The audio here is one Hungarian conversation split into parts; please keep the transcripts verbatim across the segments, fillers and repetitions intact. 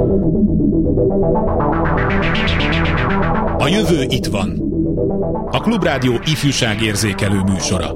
A jövő itt van. A Klubrádió ifjúságérzékelő műsora.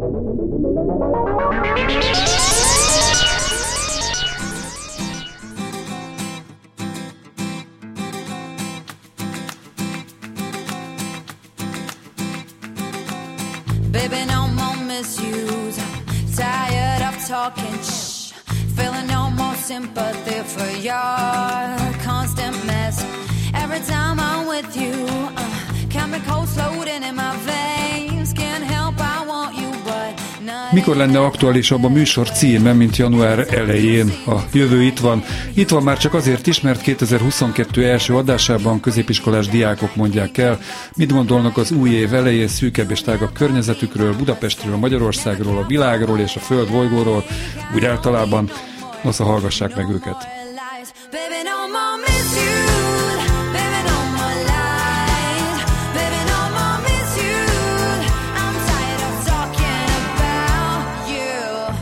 Baby, no more misuse. Tired of talking shh. Feeling no more sympathy for your constant mess. Every time I'm with you, uh, chemicals floating in my veins. Can't help, I want you, but not. Mikor lenne aktuálisabb a műsor címe, mint január elején? A jövő itt van. Itt van már csak azért is, mert kétezer-huszonkettő első adásában középiskolás diákok mondják el, mit gondolnak az új év elején szűkebb és tágabb környezetükről, Budapestről, Magyarországról, a világról és a föld bolygóról, úgy általában. Nosza, hallgassák meg őket. Baby, no more misuse. Baby, no more lies. Baby, no more misuse. I'm tired of talking about you.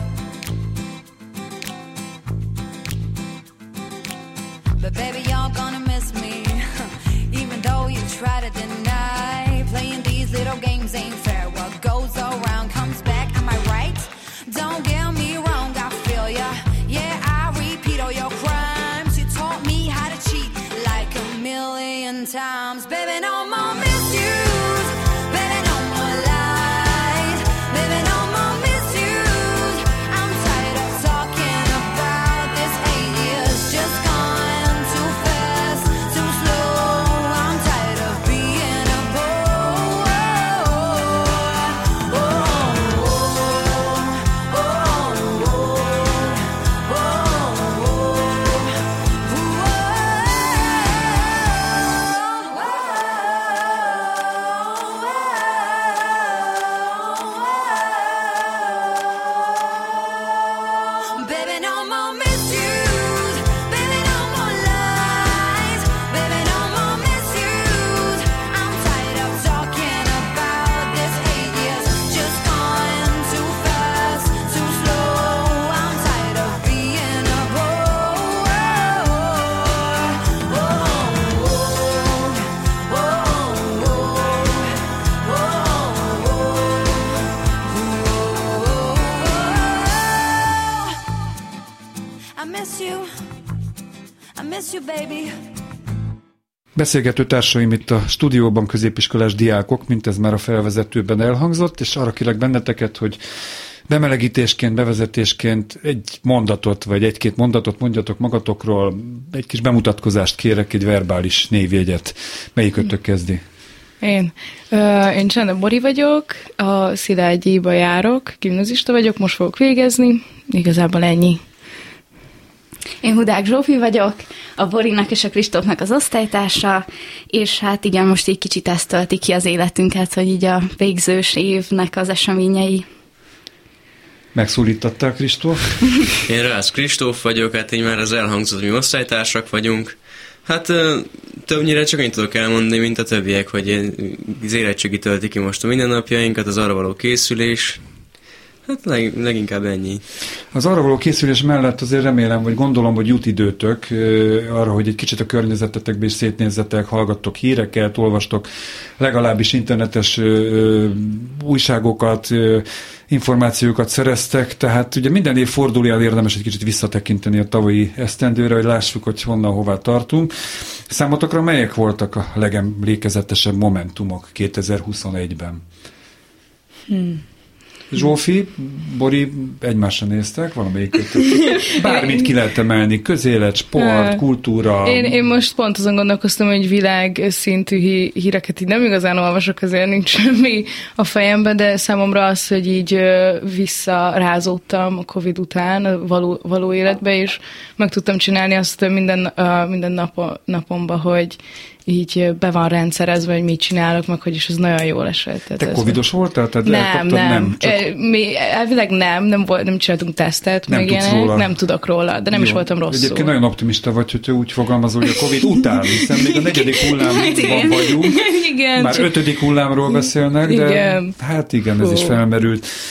But baby, you're gonna miss me, even though you try to deny. Playing these little games ain't fair. What goes around comes back. Am I right? Don't get me wrong, I feel ya. Yeah, I repeat all your crimes. You taught me how to cheat like a million times. Baby, no more misuse. Baby, no more lies. Baby, no more misuse. I'm tired of talking about this. Eight years just gone too fast, too slow. I'm tired of being a bore. Oh, oh, oh, oh, oh. Baby, no more misuse. Baby, no more lies. Baby, no more misuse. I'm tired of talking about this. Eight years just gone too fast, too slow. I'm tired of being a bore. Oh, oh, oh, oh, I miss you. I miss you, baby. Beszélgető társaim itt a stúdióban középiskolás diákok, mint ez már a felvezetőben elhangzott, és arra kérlek benneteket, hogy bemelegítésként, bevezetésként egy mondatot, vagy egy-két mondatot mondjatok magatokról, egy kis bemutatkozást kérek, egy verbális névjegyet. Melyikötök kezdi? Én. Ö, én Csende Bori vagyok, a Szilágyiba járok, gimnazista vagyok, most fogok végezni, igazából ennyi. Én Hudák Zsófi vagyok, a Borinak és a Kristófnak az osztálytársa, és hát igen, most így kicsit ezt tölti ki az életünket, hogy így a végzős évnek az eseményei. Megszólítottál, Kristóf? Én Rász Kristóf vagyok, hát így már az elhangzott, mi osztálytársak vagyunk. Hát többnyire csak én tudok elmondani, mint a többiek, hogy az érettségi tölti ki most a mindennapjainkat, az arra való készülés. Hát leg, leginkább ennyi. Az arra való készülés mellett azért remélem, vagy gondolom, hogy jut időtök arra, hogy egy kicsit a környezetetekbe is szétnézzetek, hallgattok híreket, olvastok legalábbis internetes ö, újságokat, ö, információkat szereztek, tehát ugye minden év fordulóján érdemes egy kicsit visszatekinteni a tavalyi esztendőre, hogy lássuk, hogy honnan, hová tartunk. Számotokra melyek voltak a legemlékezetesebb momentumok kétezer-huszonegyben? Hmm. Zsófi, Bori, egymásra néztek, valamelyik bármit ki lehet emelni, közélet, sport, kultúra. Én, én most pont azon gondolkoztam, hogy világszintű hí, híreket így nem igazán olvasok, azért nincs semmi a fejemben, de számomra az, hogy így visszarázódtam a Covid után a való, való életbe, és meg tudtam csinálni azt minden, minden nap, napomba, hogy így be van rendszerezve, hogy mit csinálok, meg hogy is ez nagyon jól esett. Te covidos voltál? Tehát nem, nem. nem csak... Mi, elvileg nem, nem, volt, nem csináltunk tesztet, nem meg ilyenek, nem tudok róla, de nem jó. Is voltam rosszul. Egyébként nagyon optimista vagy, hogyha úgy fogalmazol, hogy a Covid után, hiszen még a negyedik hullámban vagyunk. Igen, már csak... ötödik hullámról beszélnek, de igen. hát igen, ez Hú. is felmerült.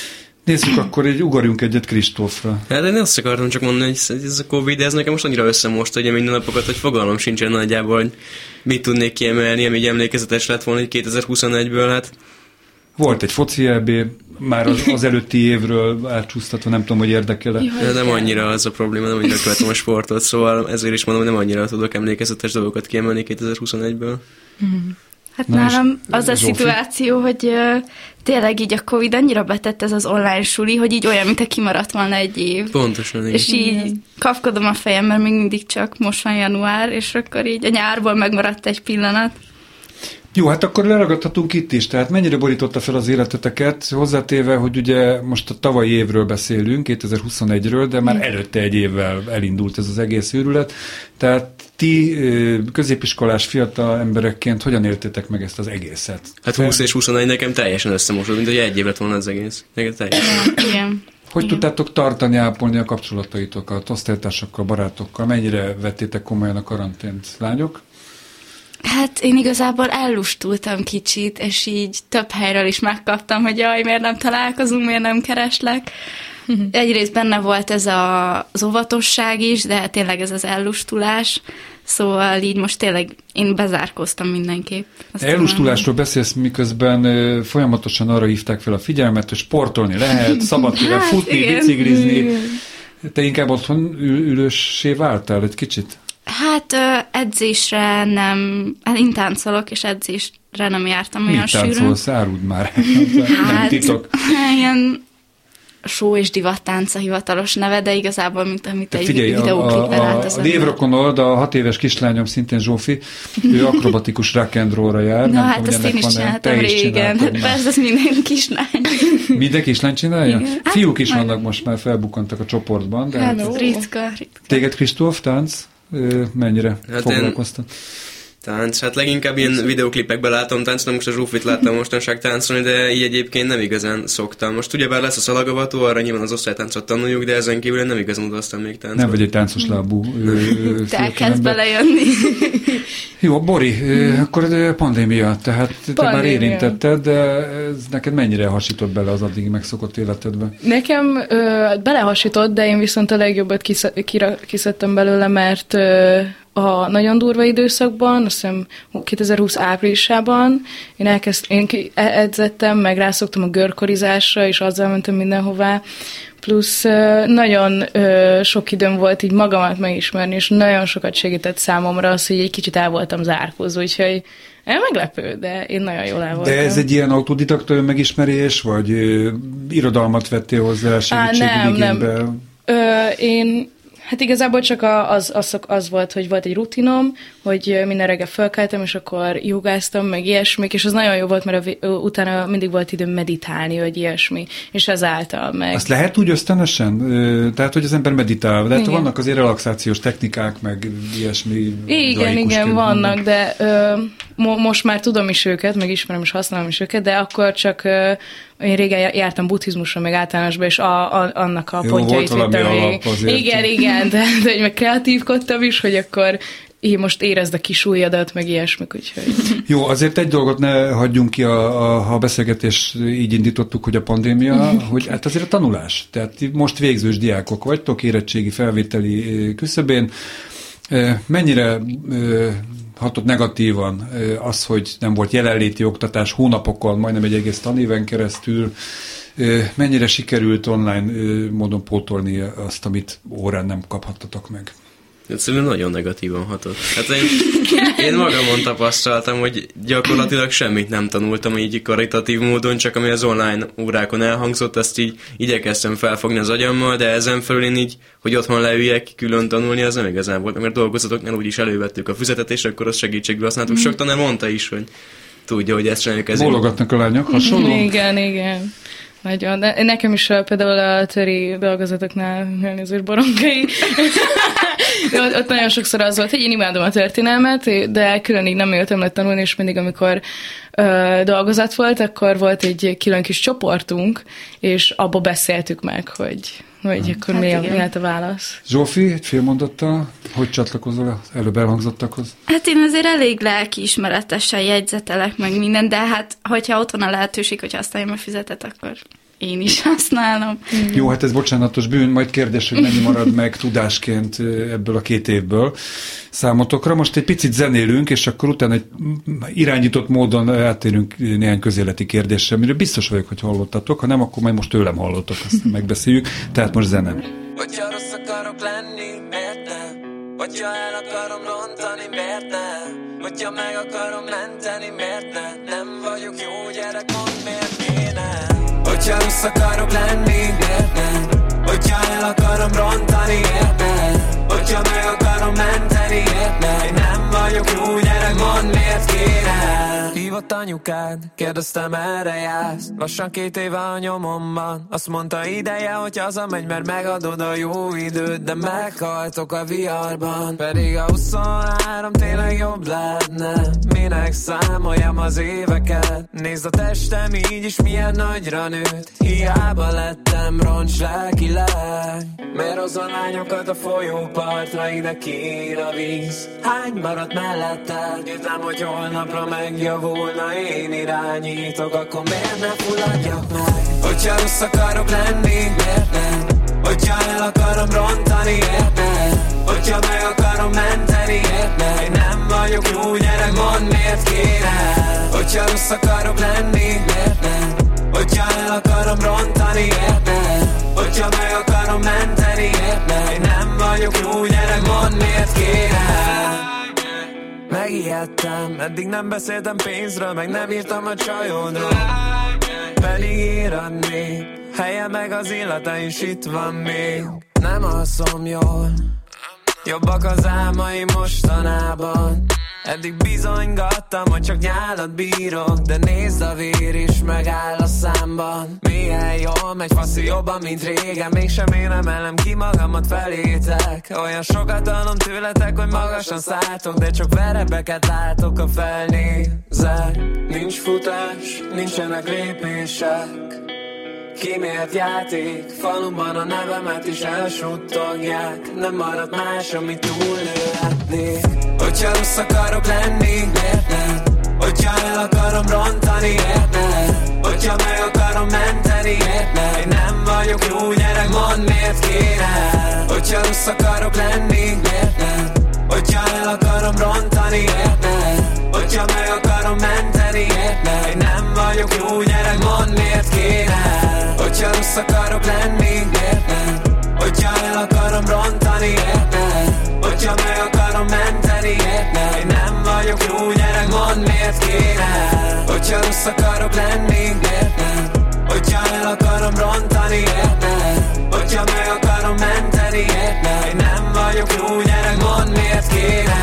Nézzük, akkor egy ugorjunk egyet Kristófra. Hát én azt akartam csak mondani, hogy ez a Covid, ez nekem most annyira összemosta ugye minden napokat, hogy fogalmam sincsen nagyjából, hogy mit tudnék kiemelni, ami így emlékezetes lett volna, hogy kétezer-huszonegyből, hát. Volt egy foci é bé, már az, az előtti évről átcsúsztatva, nem tudom, hogy érdekel-e. De nem annyira az a probléma, nem annyira követem a sportot, szóval ezért is mondom, hogy nem annyira tudok emlékezetes dolgokat kiemelni kétezer-huszonegyből. Mm. Hát Na nálam az a Zsófi? szituáció, hogy uh, tényleg így a Covid annyira betett ez az online suli, hogy így olyan, mintha kimaradt volna egy év. Pontosan, igen. És így kapkodom a fejem, mert még mindig csak most van január, és akkor így a nyárból megmaradt egy pillanat. Jó, hát akkor leragadhatunk itt is, tehát mennyire borította fel az életeteket, hozzátéve, hogy ugye most a tavalyi évről beszélünk, kétezer-huszonegyről, de már előtte egy évvel elindult ez az egész őrület, tehát ti középiskolás fiatal emberekként hogyan éltétek meg ezt az egészet? Hát húsz és huszonegy nekem teljesen összemosott, mint hogy egy év lett volna az egész. Nekem teljesen. Ja, igen. Hogy Igen. tudtátok tartani, ápolni a kapcsolataitokat, osztálytársakkal, barátokkal? Mennyire vettétek komolyan a karantént, lányok? Hát én igazából ellustultam kicsit, és így több helyről is megkaptam, hogy jaj, miért nem találkozunk, miért nem kereslek. Egyrészt benne volt ez a, az óvatosság is, de tényleg ez az ellustulás, szóval így most tényleg én bezárkóztam mindenképp. Azt Ellustulásról beszélsz, miközben ö, folyamatosan arra hívták fel a figyelmet, hogy sportolni lehet, szabadtéren Hát, futni, igen. biciklizni. Te inkább otthon ül- ülőssé váltál egy kicsit? Hát ö, edzésre nem, hát én táncolok, és edzésre nem jártam olyan Mit sűrűn. táncolsz? Áruld már. Nem Hát, titok. ilyen show és divattánc a hivatalos neve, de igazából, mint amit egy Figyelj, a, videóklipben a, lát a, az a ember. névrokonod, a hat éves kislányom, szintén Zsófi, ő akrobatikus rock and roll-ra jár. Na nem hát tudom, azt hogy én is ennek van-e. csináltam Te is régen. csináltad már. Persze, ez minden kislány. Minden kislány csinálja? Igen. Fiúk is Hát, vannak most már, felbukkantak a csoportban. De Hát, hát, ritka, ritka. téged, Kristóf, tánc? Ö, Mennyire Hát foglalkoztat? Tánc, hát leginkább ilyen videóklipekben látom táncolni, most a Zsófit láttam mostanság táncolni, de így egyébként nem igazán szoktam. Most ugyebár lesz a szalagavató, arra nyilván az osztálytáncot tanuljuk, de ezen kívül nem igazán utaztam még táncot. Nem vagy egy táncos lábú ö, ö, Te elkezd fiatalember. belejönni. Jó, Bori, ö, akkor ö, pandémia, tehát te már Pandémia. érintetted, de ez neked mennyire hasított bele az addig megszokott életedbe? Nekem ö, belehasított, de én viszont a legjobbat kisz- kira- kiszedtem belőle, mert ö, a nagyon durva időszakban, azt hiszem kétezer-húsz áprilisában én, elkezd, én ki- e- edzettem, meg rászoktam a görkorizásra, és azzal mentem mindenhová. Plusz ö, nagyon ö, sok időm volt így magamat megismerni, és nagyon sokat segített számomra az, hogy egy kicsit el voltam zárkózva, úgyhogy el meglepő, de én nagyon jól el voltam. De ez egy ilyen autodidakta önmegismerés, vagy ö, irodalmat vettél hozzá, segítségül nem, nem. igénybe? Ö, én, hát igazából csak a, az, az, az volt, hogy volt egy rutinom, hogy minden reggel fölkeltem, és akkor jogáztam, meg ilyesmik, és az nagyon jó volt, mert a, vé- utána mindig volt időm meditálni, vagy ilyesmi, és ezáltal meg. Azt lehet úgy ösztönösen? Ö, Tehát, hogy az ember meditál, de hát Igen. vannak azért relaxációs technikák, meg ilyesmi. Igen, laikusként igen, vannak, mondom. de ö, mo- most már tudom is őket, meg ismerem és használom is őket, de akkor csak ö, én régen jártam buddhizmusra, meg általánosba, és a, a, annak a Jó, pontjait volt valami vittem alap azért. Igen, igen, de, de hogy meg kreatívkodtam is, hogy akkor így most érezd a kis ujjadat, meg ilyesmik, úgyhogy... Jó, azért egy dolgot ne hagyjunk ki, a, a, ha a beszélgetés így indítottuk, hogy a pandémia, hogy hát azért a tanulás. Tehát ti most végzős diákok vagytok, érettségi felvételi ö, küszöbén. Ö, Mennyire ö, hatott negatívan ö, az, hogy nem volt jelenléti oktatás hónapokon, majdnem egy egész tanéven keresztül, ö, mennyire sikerült online ö, módon pótolni azt, amit órán nem kaphattatok meg? Egyszerűen nagyon negatívan hatott. Hát én, én magamon tapasztaltam, hogy gyakorlatilag semmit nem tanultam így karitatív módon, csak ami az online órákon elhangzott, azt így igyekeztem felfogni az agyammal, de ezen felül én így, hogy otthon leüljek külön tanulni, az nem igazán volt, mert dolgozatoknál úgyis elővettük a füzetet, és akkor azt segítségül használtuk. Sok tanár mondta is, hogy tudja, hogy ezt csináljuk ezért. Bólogatnak a lányok, hasonló? Igen, igen. Nagyon. De nekem is uh, például a töri dolgozatoknál elnézést borongai. De ott, ott nagyon sokszor az volt, hogy én imádom a történelmet, de külön így nem éltem le tanulni, és mindig, amikor uh, dolgozat volt, akkor volt egy külön kis csoportunk, és abba beszéltük meg, hogy, hogy hmm. akkor Hát mi, a, igen. mi lett a válasz. Zsófi, egy fél mondattal, hogy csatlakozol az előbb elhangzottakhoz? Hát én azért elég lelkiismeretesen jegyzetelek meg minden, de hát hogyha ott van a lehetőség, hogy használjam a füzetet, akkor én is használom. Jó, hát ez bocsánatos bűn, majd kérdés, hogy mennyi marad meg tudásként ebből a két évből számotokra. Most egy picit zenélünk, és akkor utána egy irányított módon áttérünk néhány közéleti kérdésre, amiről biztos vagyok, hogy hallottatok, ha nem, akkor majd most tőlem hallottok, azt megbeszéljük. Tehát most zene. Hogyha rossz akarok lenni, miért nem? Hogyha el akarom rontani, miért nem? Hogyha meg akarom menteni, miért nem? Nem vagyok jó gyerek, mondd miért kéne? Hogyha rossz akarok lenni, miért nem? Hogyha el akarom rontani, miért nem? Hogyha meg akarom menteni, miért nem? Én nem vagyok jó gyerek, mondd miért kéne? Hívott anyukád, kérdeztem erre jársz. Lassan két éve a nyomomban. Azt mondta ideje, hogy hazamegy, mert megadod a jó időt. De meghaltok a viharban. Pedig a huszonhárom tényleg jobb lehetne. Minek számoljam az éveket? Nézd a testem így is milyen nagyra nőtt. Hiába lettem roncs lelkileg. Miért hozol lányokat a folyópartra, ide kiír a víz? Hány maradt melletted? Értem, hogy holnapra megjavulna, én irányítok, akkor miért ne fulladjak meg? Hogyha rossz akarok lenni, miért nem? Hogyha el akarom rontani, miért nem? Hogyha meg akarom menteni, miért nem? Én nem vagyok jó gyerek, mondd miért kéne? Hogyha rossz akarok lenni, miért nem? Hogyha el akarom rontani, miért nem? Hogyha meg akarom menteni, miért nem? Én nem vagyok jó gyerek, mondd miért kéne? Megijedtem, eddig nem beszéltem pénzről, meg nem írtam a csajodról. Pedig írad még, helye meg az illata is itt van még. Nem alszom jól, jobbak az álmaim mostanában. Eddig bizonygattam, hogy csak nyálat bírok, de nézd a vér is megáll a számban. Milyen jól megy faszi jobban, mint régen. Mégsem én emelem ki magamat felétek. Olyan sokat hallom tőletek, hogy magasan szálltok, de csak verebeket látok, a felnézek. Nincs futás, nincsenek lépések. Kimélt játék, faluban a nevemet is elsuttogják. Nem marad más, amit túlélhetnék. Hogyha rossz akarok lenni, miért nem? Hogyha el akarom rontani, miért nem? Hogyha meg akarom menteni, miért nem? Én nem vagyok jó gyerek, mondd miért kéne? Hogyha rossz akarok lenni, miért nem? Hogyha el akarom rontani, miért nem? Hogyha meg akarom menteni, miért nem? Én nem vagyok jó gyerek, mondd miért kéne? Hogyha rossz akarok lenni, miért nem? Hogyha el akarom rontani, miért nem? Hogyha meg akarom menteni, miért nem? Én nem vagyok jó gyerek, mondd miért kéne? Hogyha rossz akarok lenni, miért nem? Hogyha el akarom rontani, miért nem? Hogyha meg akarom menteni, miért nem? Én nem vagyok jó gyerek, mondd miért kéne?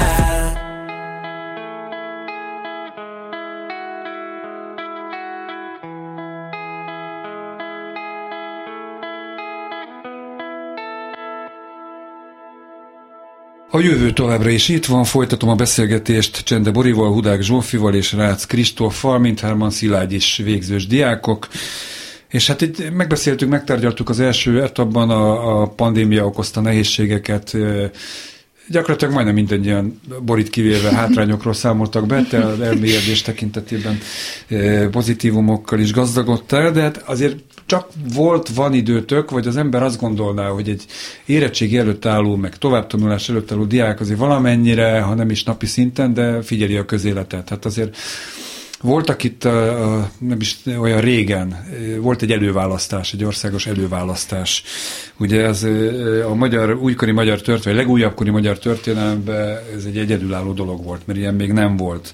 A jövő továbbra is itt van, folytatom a beszélgetést Csende Borival, Hudák Zsófival és Rácz Kristóffal, mindhárman Szilágy is végzős diákok. És hát itt megbeszéltük, megtárgyaltuk az első etapban a, a pandémia okozta nehézségeket. Gyakorlatilag majdnem minden ilyen Borit kivéve hátrányokról számoltak be, te az elmélyedés tekintetében pozitívumokkal is gazdagodtál, de hát azért csak volt, van időtök, vagy az ember azt gondolná, hogy egy érettségi előtt álló, meg továbbtanulás előtt álló diák azért valamennyire, ha nem is napi szinten, de figyeli a közéletet. Hát azért voltak itt, a, a, nem is olyan régen, volt egy előválasztás, egy országos előválasztás. Ugye ez a magyar, újkori magyar történet, vagy legújabbkori magyar történelemben ez egy egyedülálló dolog volt, mert ilyen még nem volt.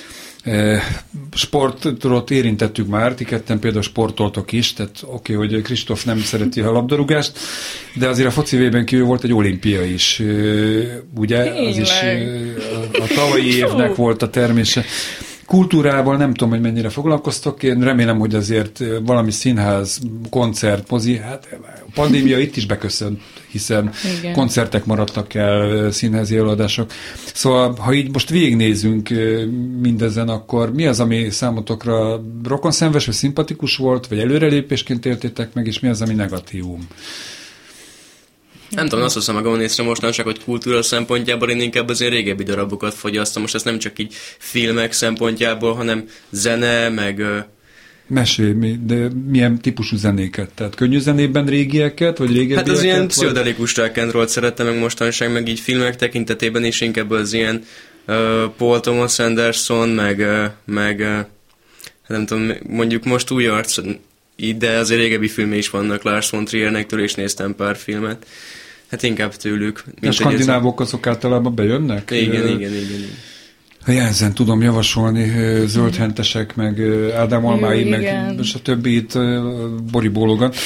Sportot érintettük már, ti ketten például sportoltok is, tehát oké, okay, hogy Kristóf nem szereti a labdarúgást, de azért a foci vében kívül volt egy olimpia is. Ugye, az is a, a tavalyi évnek volt a termése. Kultúrával nem tudom, hogy mennyire foglalkoztok, én remélem, hogy azért valami színház, koncert, mozi, hát a pandémia itt is beköszönt, hiszen igen, koncertek maradtak el, színházi előadások. Szóval, ha így most végignézünk mindezen, akkor mi az, ami számotokra rokonszenves, vagy szimpatikus volt, vagy előrelépésként értétek meg, és mi az, ami negatívum? Nem tudom, azt hiszem magamon észre mostanság, hogy kultúra szempontjából én inkább az én régebbi darabokat fogyasztom. Most ez nem csak így filmek szempontjából, hanem zene, meg, Mesélj, de milyen típusú zenéket? Tehát könnyű zenében régieket, vagy régebbieket? Hát az ilyen vagy... pszichodelikus rock and roll szerettem meg mostanság, meg így filmek tekintetében is inkább az ilyen uh, Paul Thomas Anderson, meg, uh, meg uh, nem tudom, mondjuk most új arc, de azért régebbi filmé is vannak Lars von Triernektől, és néztem pár filmet. Hát inkább tőlük. A skandinávok azok általában bejönnek? Igen, igen, igen, igen. Jelzen tudom javasolni, zöldhentesek, meg Ádám Almái, Jó, meg igen. és a többi itt Bori bólogat.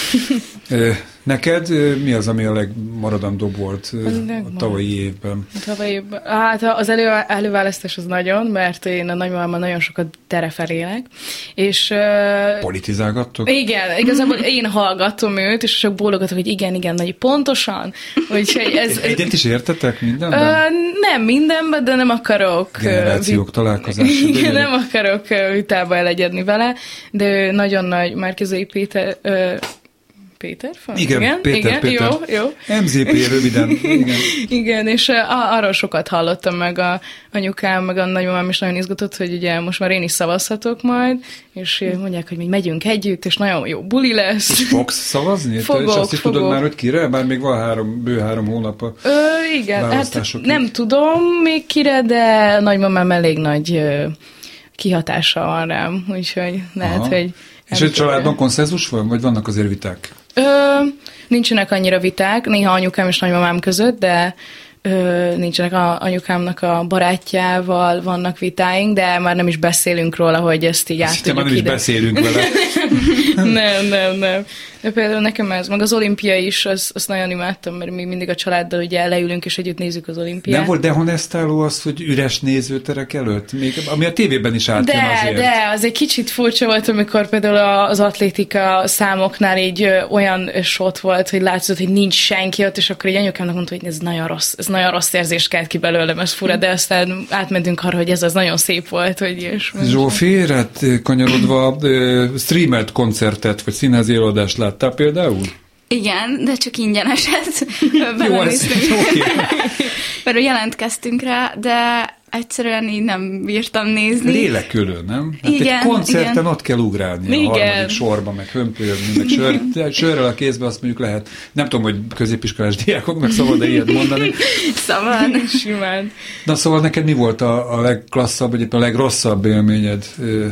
Neked mi az, ami a legmaradandóbb volt a tavalyi évben? A tavalyi évben? Hát az elő, előválasztás az nagyon, mert én a nagymamámmal nagyon sokat terefen élek, és... Politizálgattok? Igen, igazából én hallgatom őt, és csak bólogatok, hogy igen, igen, nagy pontosan. Úgyhogy ez... Egyet is értetek mindenben? Ö, nem mindenben, de nem akarok... Generációk találkozása. Igen, nem akarok vitába elegyedni vele, de ő nagyon nagy, Márki-Zay Péter... Ö, Péter? Fan? Igen, igen, Péter, igen, Péter. Jó, jó. em zé pé röviden. Igen, igen és uh, arról sokat hallottam, meg a anyukám, meg a nagymamám is nagyon izgatott, hogy ugye most már én is szavazhatok majd, és mondják, hogy mi megyünk együtt, és nagyon jó buli lesz. És fogsz szavazni? Fogok, és azt is fogok. tudod már, hogy kire? Bár még van három, bő három hónap a Ö, igen, hát nem tudom még kire, de a nagymamám elég nagy uh, kihatása van rám, úgyhogy lehet, Aha. hogy... És egy családban konszenzus van, vagy vannak azért viták? Ö, nincsenek annyira viták, néha anyukám és nagymamám között, de ö, nincsenek a, anyukámnak a barátjával vannak vitáink, de már nem is beszélünk róla, hogy ezt így át tudjuk tudjuk nem is beszélünk vele. nem, nem, nem. De például nekem ez, meg az olimpia is, azt, azt nagyon imádtam, mert mi mindig a családdal ugye leülünk, és együtt nézzük az olimpiát. Nem volt dehonestáló az, hogy üres nézőterek előtt? Még, ami a tévében is átjön de, azért. De, az egy kicsit furcsa volt, amikor például az atlétika számoknál így ö, olyan shot volt, hogy látszott, hogy nincs senki ott, és akkor egy anyukámnak mondta, hogy ez nagyon rossz, ez nagyon rossz érzés kelt ki belőlem, ez fura, de aztán átmentünk arra, hogy ez az nagyon szép volt, hogy és Zsófi, hát kanyarodva streamelt koncertet, vagy színházi előadást láttál például? Igen, de csak ingyeneset. Jó, ez oké. Mert jelentkeztünk rá, de egyszerűen így nem bírtam nézni. Lélekülő, nem? Hát igen, egy koncerten igen. ott kell ugrálni Igen. a harmadik sorba, meg hömpölygni, meg sör, sörrel a kézbe, azt mondjuk lehet. Nem tudom, hogy középiskolás diákoknak szabad-e ilyet mondani. Szabad. simán. Na szóval neked mi volt a, a legklasszabb, vagy éppen a legrosszabb élményed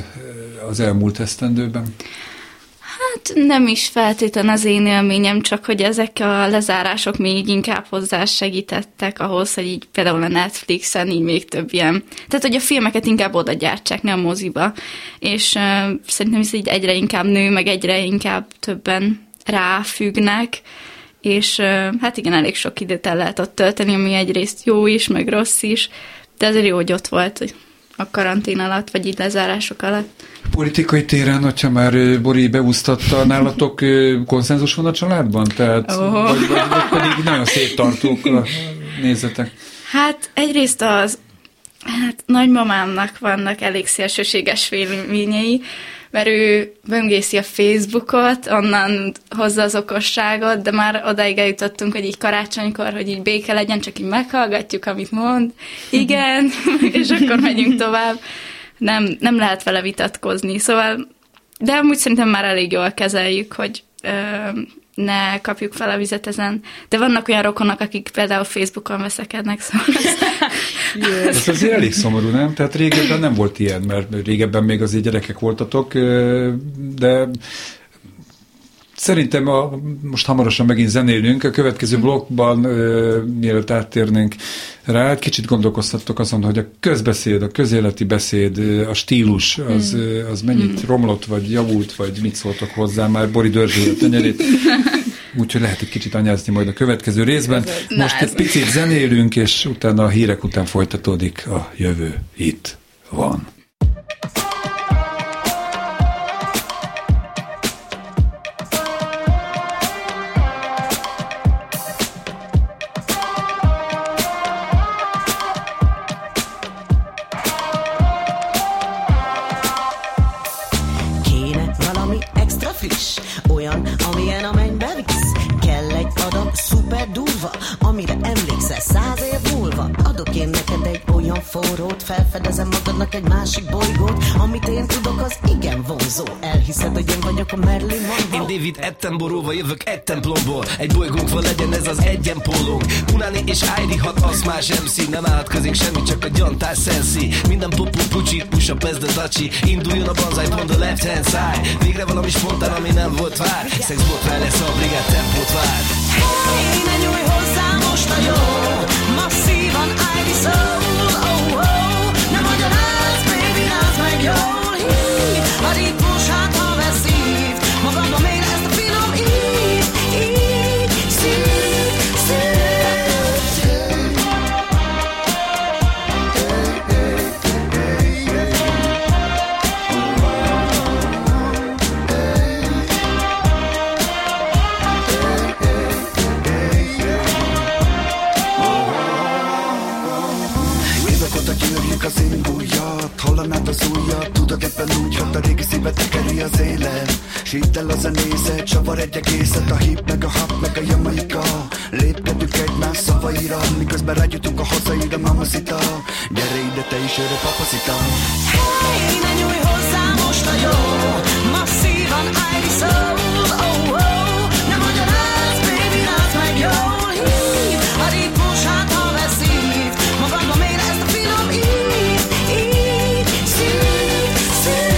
az elmúlt esztendőben? Hát nem is feltétlen az én élményem, csak hogy ezek a lezárások még inkább hozzá segítettek ahhoz, hogy így például a Netflixen így még több ilyen. Tehát, hogy a filmeket inkább oda gyártsák, nem a moziba. És uh, szerintem ez így egyre inkább nő, meg egyre inkább többen ráfüggnek, és uh, hát igen, elég sok időt el lehet ott tölteni, ami egyrészt jó is, meg rossz is, de azért jó, hogy ott volt, hogy a karantén alatt, vagy így lezárások alatt. Politikai téren, hogyha már Bori beúsztatta, nálatok konszenzus van a családban? Tehát, oh. vagy, vagy, vagy pedig nagyon széttartók a nézetek? Hát egyrészt az, hát nagymamámnak vannak elég szélsőséges véleményei, mert ő böngészi a Facebookot, onnan hozza az okosságot, de már odáig eljutottunk, hogy így karácsonykor, hogy így béke legyen, csak így meghallgatjuk, amit mond. Igen, és akkor megyünk tovább. Nem, nem lehet vele vitatkozni, szóval, de amúgy szerintem már elég jól kezeljük, hogy ö, ne kapjuk fel a vizet ezen. De vannak olyan rokonok, akik például Facebookon veszekednek, szóval ez... Ez azért elég szomorú, nem? Tehát régebben nem volt ilyen, mert régebben még azért gyerekek voltatok, de szerintem a, most hamarosan megint zenélünk, a következő blokkban, mielőtt áttérnénk rá, kicsit gondolkoztattok azon, hogy a közbeszéd, a közéleti beszéd, a stílus, az, az mennyit romlott, vagy javult, vagy mit szóltok hozzá, már Bori dörzsöli a tenyerét. Úgyhogy lehet egy kicsit anyázni majd a következő részben. Most egy picit zenélünk, és utána a hírek után folytatódik a jövő. Itt van. Kéne valami extra friss, olyan, amilyen a mennybe visz. Kell egy adag szuper durva, amire emlékszel száz év múlva. Adok én neked egy olyan forrót, felfedezem magadnak egy másik bolygót. Amit én tudok, az igen vonzó. Elhiszed, hogy én vagyok a Marilyn Monroe? Én David Attenborough-val jövök egy templomból. Egy bolygónk van, legyen ez az egyenpólónk. Punani és Heidi, hat aszmás em cé. Nem állt közénk semmi, csak a gyantás senszi. Minden popó pucsi, push up, ez the dacsi. Induljon a banzai, pont a left hand side. Végre valami spontán, ami nem volt vár. Szexbotrány lesz a brigát, tempót vár. Hey, ne nyújj hozzá most a jó. Masszívan Heidi Soul, oh, oh. Nem magyarázz, baby, rázd meg jól. Hí, a ritmus hát, ha veszít. Magadba mér ezt a finom íz. Így, szív, szív. Az én ujjat, hallanád az ujjat. Tudod éppen úgy, hogy a régi szívet tekeri az élet. S hidd el a zenészet, csavar egy egészet. A hip, meg a hap, meg a jamaika. Lépkedünk egymás szavaira, miközben rágyújtunk a hazaira, mamacita. Gyere ide, te is örök papacita. Hey, ne nyújj hozzá most a jó. Masszívan Heidi Soul, oh, oh. Nem magyarázz, baby, rázd meg jól. Hív, a ritmus hát, ha veszít. Magadba mér ezt a finom íz. Így, szív, szív.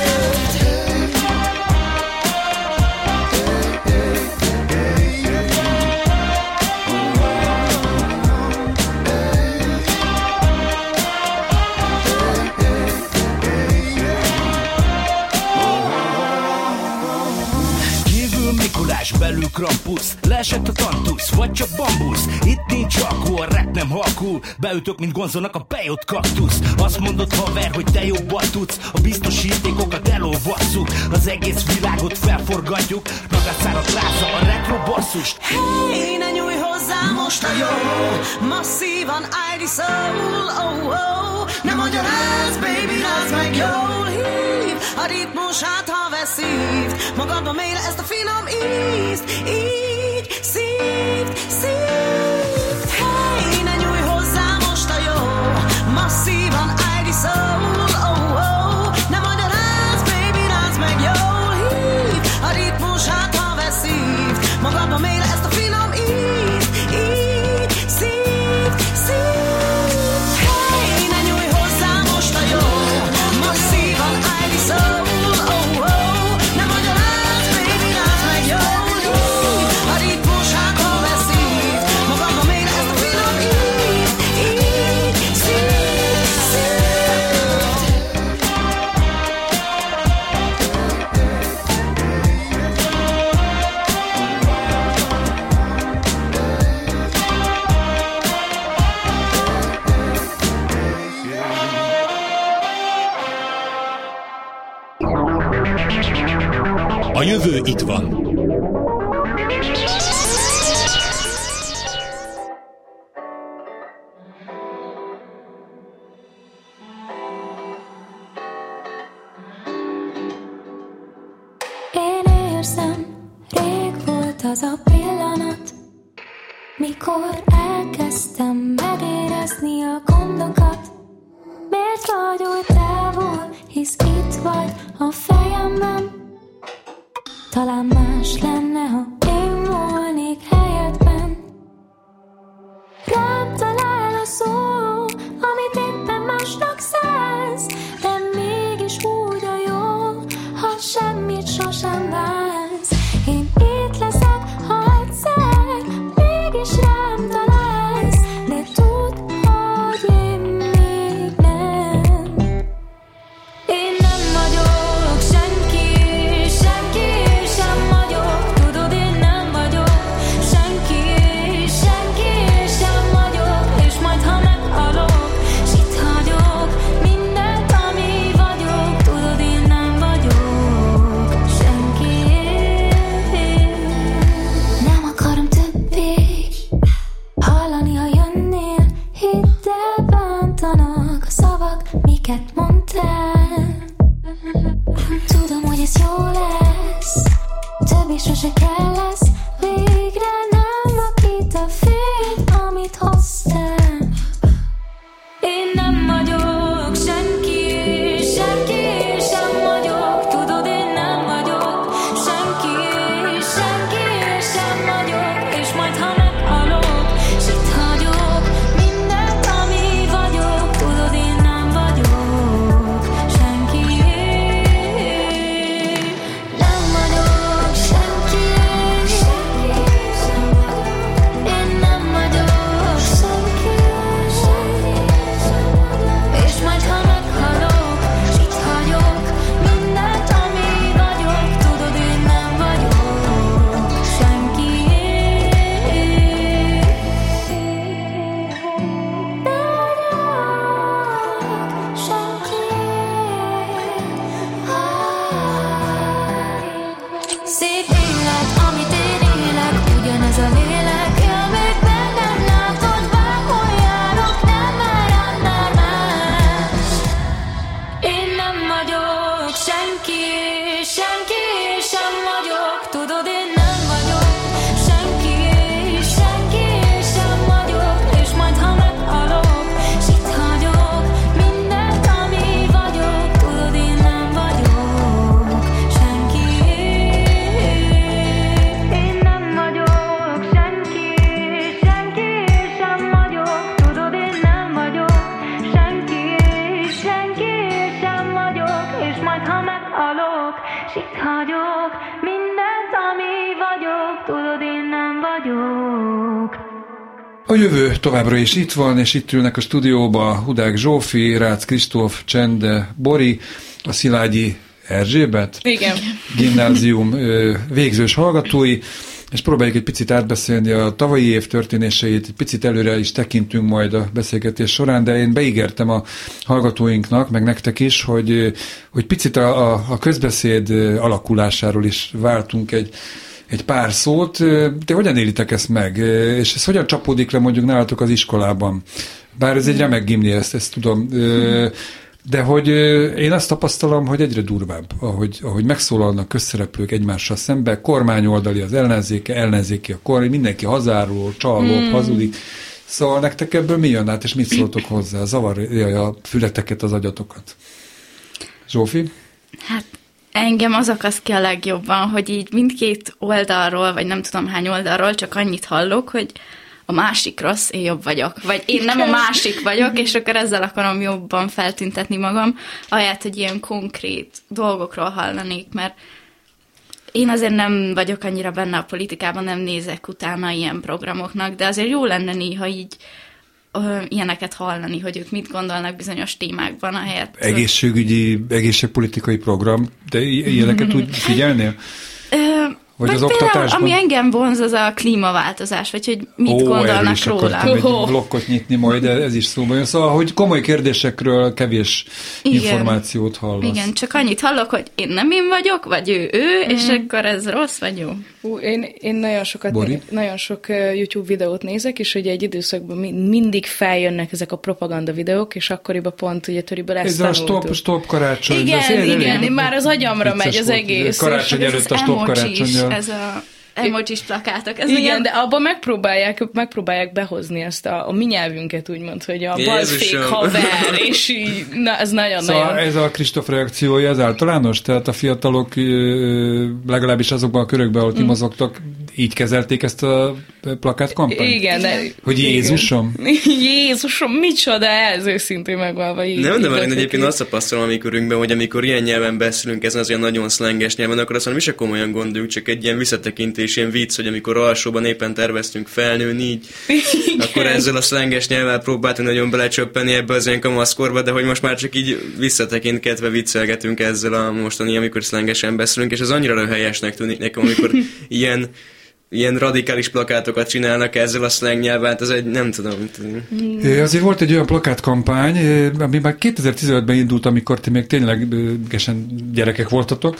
Belül Krampus, leesett a tantusz, vagy csak bambusz. Itt nincs alkú, a rap nem halkul. Beütök, mint Gonzónak a bejött kaktusz. Azt mondod haver, hogy te jobban tudsz. A biztosítékokat elolvasszuk. Az egész világot felforgatjuk. Nagászárat rázza a retro basszust. Hey, ne nyújj hozzá most a jó. Masszívan Heidi Soul, oh, oh. Nem magyarázz, baby, rázd meg jól. Hív, a ritmus hát, ha veszít. Magadba mér ezt a finom ízt. Így, szívd, szívd. Hey, ne nyújj hozzá most a jó. Masszívan Heidi Soul, oh, oh. Nem magyarázz, baby, rázd meg jól. Hív, a ritmus hát, ha veszít. Magadba mér ezt a finom ízt. Így, szívd, szívd. Hey, ne nyújj hozzá most a jó. Masszívan Heidi Soul, oh, oh. Nem magyarázz, baby, rázd meg jól. A ritmus hát, ha veszít. Magadba mér ezt a finom ízt. Így, szívd, szívd. A jövő itt van. Én érzem, rég volt az a pillanat, mikor elkezdtem megérezni a gondokat. Miért vagy úgy távol, hisz itt vagy a fejemben. Talán más lenne, ha én volnék helyedben. Rám talál a szó, amit éppen másnak szállsz, de mégis úgy a jó, ha semmit sosem válsz. Én itt leszek, ha egyszer mégis rám találsz, de tudd, hogy én még nem. Én nem vagyok senki, senki sem vagyok. Tudod, én nem vagyok senki, senki sem vagyok. És majd, ha meghalok, s itt hagyok mindent, ami vagyok. Tudod, én nem vagyok senki. Nem akarom többé hallani, ha jönnél. Hidd el, bántanak a szavak, miket mondtál. Tudom, hogy ez jó lesz, többé sose kell lesz. Végre nem vakít a fény, amit hoztál. Én nem vagyok s itt hagyok mindent, ami vagyok, tudod, én nem vagyok. A jövő továbbra is itt van, és itt ülnek a stúdióba Hudák Zsófi, Rácz Kristóf, Csende Bori, a Szilágyi Erzsébet Igen. gimnázium végzős hallgatói, és próbáljuk egy picit átbeszélni a tavalyi év történéseit, egy picit előre is tekintünk majd a beszélgetés során, de én beígértem a hallgatóinknak, meg nektek is, hogy, hogy picit a, a közbeszéd alakulásáról is váltunk egy, egy pár szót. De hogyan élitek ezt meg? És ez hogyan csapódik le mondjuk nálatok az iskolában? Bár ez egy remek gimni, ezt, ezt tudom. De hogy én azt tapasztalom, hogy egyre durvább, ahogy, ahogy megszólalnak közszereplők egymással szembe, kormányoldali az ellenzéke, ellenzéki a kormány, mindenki hazáról, csalók, mm. hazudik. Szóval nektek ebből mi jön át, és mit szóltok hozzá? Zavarja a fületeket, az agyatokat. Zsófi? Hát engem az akasz ki a legjobban, hogy így mindkét oldalról, vagy nem tudom hány oldalról, csak annyit hallok, hogy a másik rossz, én jobb vagyok. Vagy én nem a másik vagyok, és akkor ezzel akarom jobban feltüntetni magam, ahelyett, hogy ilyen konkrét dolgokról hallanék, mert én azért nem vagyok annyira benne a politikában, nem nézek utána ilyen programoknak, de azért jó lenne néha így ö, ilyeneket hallani, hogy ők mit gondolnak bizonyos témákban, ahelyett... Egészségügyi, egészségpolitikai program, de ilyeneket úgy figyelnél? Ö, Vagy, vagy az például, oktatásban? ami engem vonz, az a klímaváltozás, vagy hogy mit Ó, gondolnak is róla. Egy blokkot nyitni majd, de ez is szóba jön. Szóval, hogy komoly kérdésekről kevés Igen. információt hallasz. Igen, csak annyit hallok, hogy én nem én vagyok, vagy ő ő, mm. és akkor ez rossz, vagy jó. Hú, én, én nagyon sokat, Bori? nagyon sok YouTube videót nézek, és ugye egy időszakban mindig feljönnek ezek a propaganda videók, és akkoriban pont ugye Töriből ezt Ez a stop, stop karácsony. Igen, ez igen, igen, már az agyamra megy az volt. egész. Karácsony előtt a stop karácsony. Ez a emojis plakátok. Ez igen, ilyen... de abban megpróbálják, megpróbálják behozni ezt a, a mi nyelvünket, úgymond, hogy a balfék haver, és így, na, ez nagyon-nagyon... Szóval ez a Kristóf reakciója az általános? Tehát a fiatalok legalábbis azokban a körökben, ahol ti mm. mozogtok, így kezelték ezt a plakátkampányt? Igen, de... Hogy Jézusom? Jézusom, micsoda ez, őszintén megvalva. Így, nem, de már én egyébként azt tapasztalom a mi körünkben, hogy amikor ilyen nyelven beszélünk, ezen az ilyen nagyon szlenges nyelven, akkor azt mondom, mi se komolyan gondoljuk, csak egy ilyen visszatekintés, ilyen vicc, hogy amikor alsóban éppen terveztünk felnőni, így, akkor ezzel a szlenges nyelvvel próbáltunk nagyon belecsöppeni ebbe az ilyen kamaszkorba, de hogy most már csak így visszatekintgetve viccelgetünk ezzel a mostani, amikor szlengesen beszélünk, és ez annyira helyesnek tűnik nekem, amikor ilyen ilyen radikális plakátokat csinálnak ezzel a slang nyelven, ez egy, nem tudom. Mm. Azért volt egy olyan plakátkampány, ami már kétezer-tizenötben indult, amikor ti még ténylegesen gyerekek voltatok,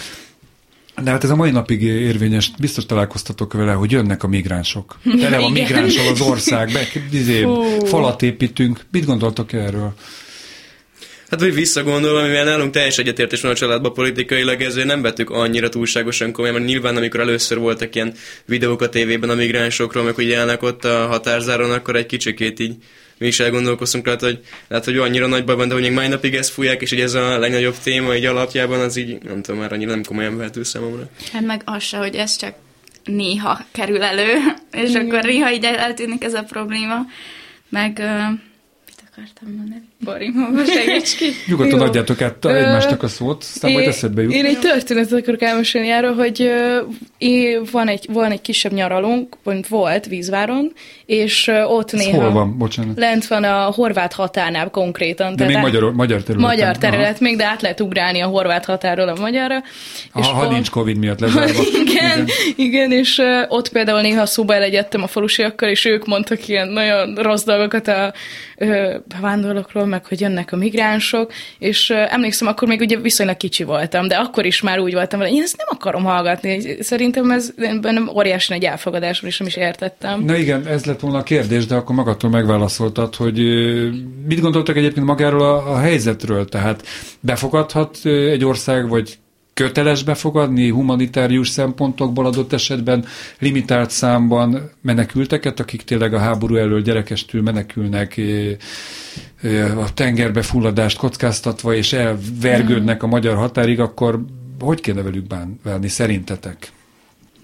de hát ez a mai napig érvényes, biztos találkoztatok vele, hogy jönnek a migránsok. Tele van migránsok az országba, izé, falat építünk. Mit gondoltok erről? Hát, hogy visszagondolva, mivel nálunk teljes egyetértés van a családban politikailag, ezért nem vettük annyira túlságosan komolyan, mert nyilván amikor először voltak ilyen videók a tévében a migránsokról, meg hogy jelnek ott a határzáron, akkor egy kicsikét így mi is elgondolkoztunk rá, hogy, lehet, hogy annyira nagy baj van, de hogy még mai napig ezt fújják, és hogy ez a legnagyobb téma így alapjában, az így, nem tudom, már annyira nem komolyan vehető számomra. Hát meg az se, hogy ez csak néha kerül elő, és mm. akkor néha így eltűnik ez a probléma, meg... akartam mondani. Bori, most segíts ki. Nyugodtan adjátok át egymástak a szót, aztán majd eszedbe jut. Én egy történetet akarok elmesélni arról, hogy uh, van, egy, van egy kisebb nyaralónk, volt Vízváron, és uh, ott ez néha... hol van? Bocsánat. Lent van a horvát határnál konkrétan. De még át, magyar, magyar terület. Magyar terület, aha. Még, de át lehet ugrálni a horvát határról a magyarra. Ha, és ha pont... nincs Covid miatt lezárva. igen, igen, igen, és uh, ott például néha szóba elegyedtem a falusiakkal, és ők mondtak ilyen nagyon rossz dolgokat a uh, bevándorlókról, meg hogy jönnek a migránsok, és uh, emlékszem, akkor még ugye viszonylag kicsi voltam, de akkor is már úgy voltam vele, én ezt nem akarom hallgatni. Szerintem ez bennem óriási egy elfogadás, és nem is értettem. Na igen, ez lett volna a kérdés, de akkor magadtól megválaszoltad, hogy uh, mit gondoltak egyébként magáról a, a helyzetről? Tehát befogadhat uh, egy ország, vagy köteles befogadni humanitárius szempontokból adott esetben limitált számban menekülteket, akik tényleg a háború elől gyerekestül menekülnek, a tengerbe fulladást kockáztatva, és elvergődnek a magyar határig, akkor hogy kéne velük bánni szerintetek?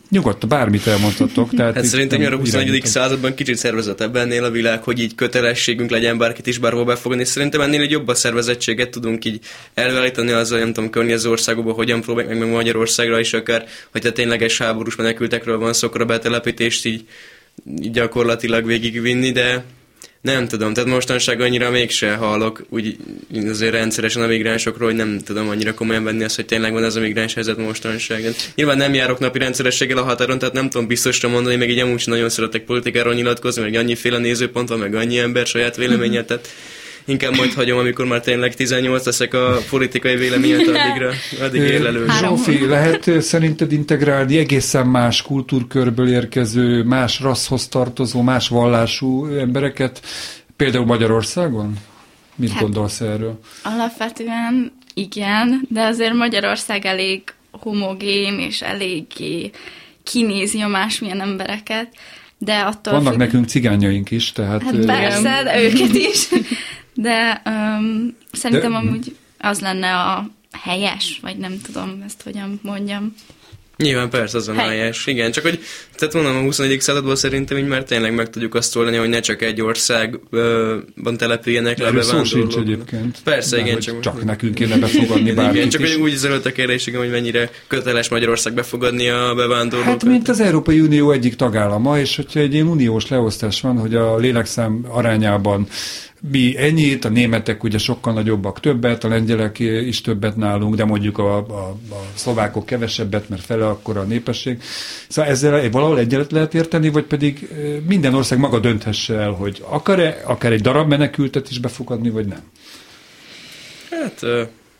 Nyugodtan, bármit elmondhatok. Tehát hát szerintem a huszonegyedik irányítom. században kicsit szervezettebb ennél a világ, hogy így kötelességünk legyen bárkit is bárhol befogadni, és szerintem ennél egy jobb a szervezettséget tudunk így előállítani azzal, nem tudom, környező országokban hogyan próbálják, meg Magyarországra is akár, hogyha tényleges háborús menekültekről van szó, akkor a betelepítést így, így gyakorlatilag végigvinni, de nem tudom, tehát mostanság annyira mégse hallok úgy azért rendszeresen a migránsokról, hogy nem tudom annyira komolyan venni azt, hogy tényleg van ez a migráns helyzet mostanság. Nyilván nem járok napi rendszerességgel a határon, tehát nem tudom biztosra mondani, meg így amúgy sem nagyon szeretek politikáról nyilatkozni, meg annyiféle nézőpont van, meg annyi ember saját véleménye, tehát inkább majd hagyom, amikor már tényleg tizennyolc leszek a politikai véleményet addigra, addig érlelő. Zsófi, lehet szerinted integrálni egészen más kultúrkörből érkező, más rasszhoz tartozó, más vallású embereket, például Magyarországon? Mit hát, gondolsz erről? Alapvetően igen, de azért Magyarország elég homogén és eléggé kinézi a másmilyen embereket, de attól vannak függ... nekünk cigányaink is, tehát... Hát persze, de őket is. De um, szerintem de... amúgy az lenne a helyes, vagy nem tudom ezt hogyan mondjam. Nyilván persze az a Hely. helyes, igen, csak hogy tehát mondom, a huszonegyedik században szerintem így már tényleg meg tudjuk azt oldani, hogy ne csak egy országban települjenek le bevándorlók. Szó sincs egyébként. Persze, igen. Csak, csak nekünk kéne befogadni bárkit igen, csak is. hogy úgy zöld a kérdés, hogy mennyire köteles Magyarország befogadni a bevándorlókat. Hát mint az Európai Unió egyik tagállama, és hogyha egy ilyen uniós leosztás van, hogy a lélekszám arányában mi ennyit, a németek ugye sokkal nagyobbak többet, a lengyelek is többet nálunk, de mondjuk a, a, a szlovákok kevesebbet, mert fele akkora a népesség. Szóval ezzel valahol egyet lehet érteni, vagy pedig minden ország maga dönthesse el, hogy akar-e akár egy darab menekültet is befogadni, vagy nem? Hát... Uh...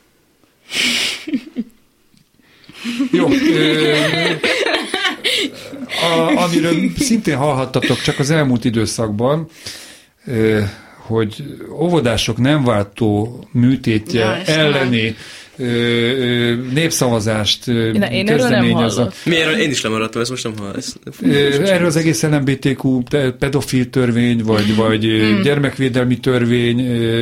Jó. A, amiről szintén hallhattatok csak az elmúlt időszakban, hogy óvodások nem váltó műtétje ja, elleni ö, ö, népszavazást Na, én kezdeményez. Miért? Én is lemaradtam, ezt most nem hallasz. Erről az egész el em bé té kú pedofil törvény, vagy, vagy mm. gyermekvédelmi törvény